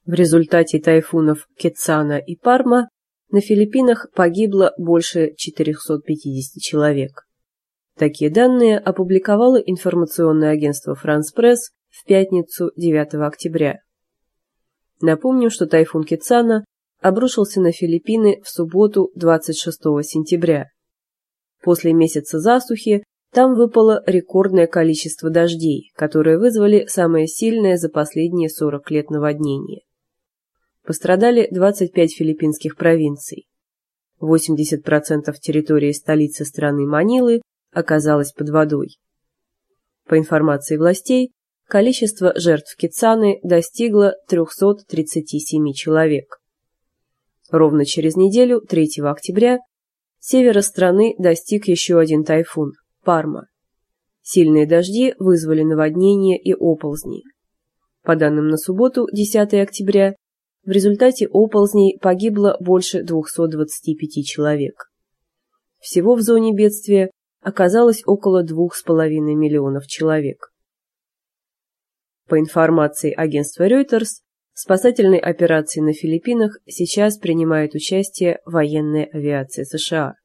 В результате тайфунов Кецана и Парма на Филиппинах погибло больше 450 человек. Такие данные опубликовало информационное агентство «France Press» в пятницу 9 октября. Напомню, что тайфун Кецана обрушился на Филиппины в субботу 26 сентября. После месяца засухи там выпало рекордное количество дождей, которые вызвали самое сильное за последние 40 лет наводнение. Пострадали 25 филиппинских провинций. 80% территории столицы страны Манилы оказалось под водой. По информации властей, количество жертв Кецаны достигло 337 человек. Ровно через неделю, 3 октября, севера страны достиг еще один тайфун – Парма. Сильные дожди вызвали наводнения и оползни. По данным на субботу, 10 октября, в результате оползней погибло больше 225 человек. Всего в зоне бедствия оказалось около 2,5 миллионов человек. По информации агентства Reuters, в спасательной операции на Филиппинах сейчас принимает участие военная авиация США.